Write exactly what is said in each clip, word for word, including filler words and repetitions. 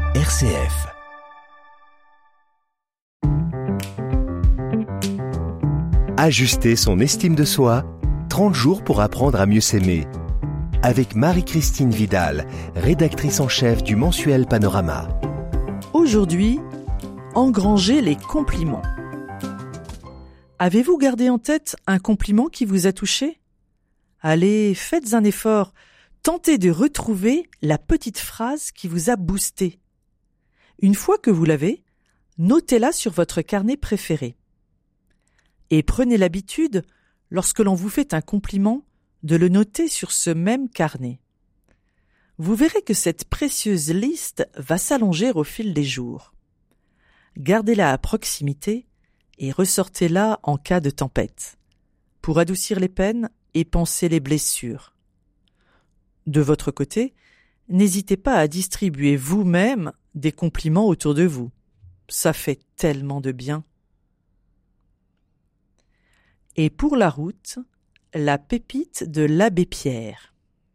R C F. Ajuster son estime de soi, trente jours pour apprendre à mieux s'aimer. Avec Marie-Christine Vidal, rédactrice en chef du mensuel Panorama. Aujourd'hui, engranger les compliments. Avez-vous gardé en tête un compliment qui vous a touché ? Allez, faites un effort, tentez de retrouver la petite phrase qui vous a boosté. Une fois que vous l'avez, notez-la sur votre carnet préféré. Et prenez l'habitude, lorsque l'on vous fait un compliment, de le noter sur ce même carnet. Vous verrez que cette précieuse liste va s'allonger au fil des jours. Gardez-la à proximité et ressortez-la en cas de tempête, pour adoucir les peines et panser les blessures. De votre côté, n'hésitez pas à distribuer vous-même des compliments autour de vous. Ça fait tellement de bien. Et pour la route, la pépite de l'abbé Pierre.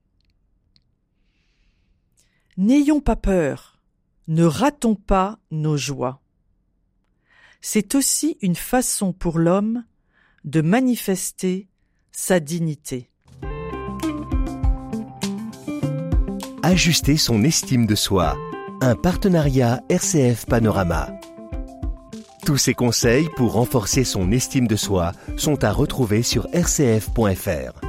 N'ayons pas peur, ne ratons pas nos joies. C'est aussi une façon pour l'homme de manifester sa dignité. Ajuster son estime de soi. Un partenariat R C F Panorama. Tous ces conseils pour renforcer son estime de soi sont à retrouver sur r c f point f r.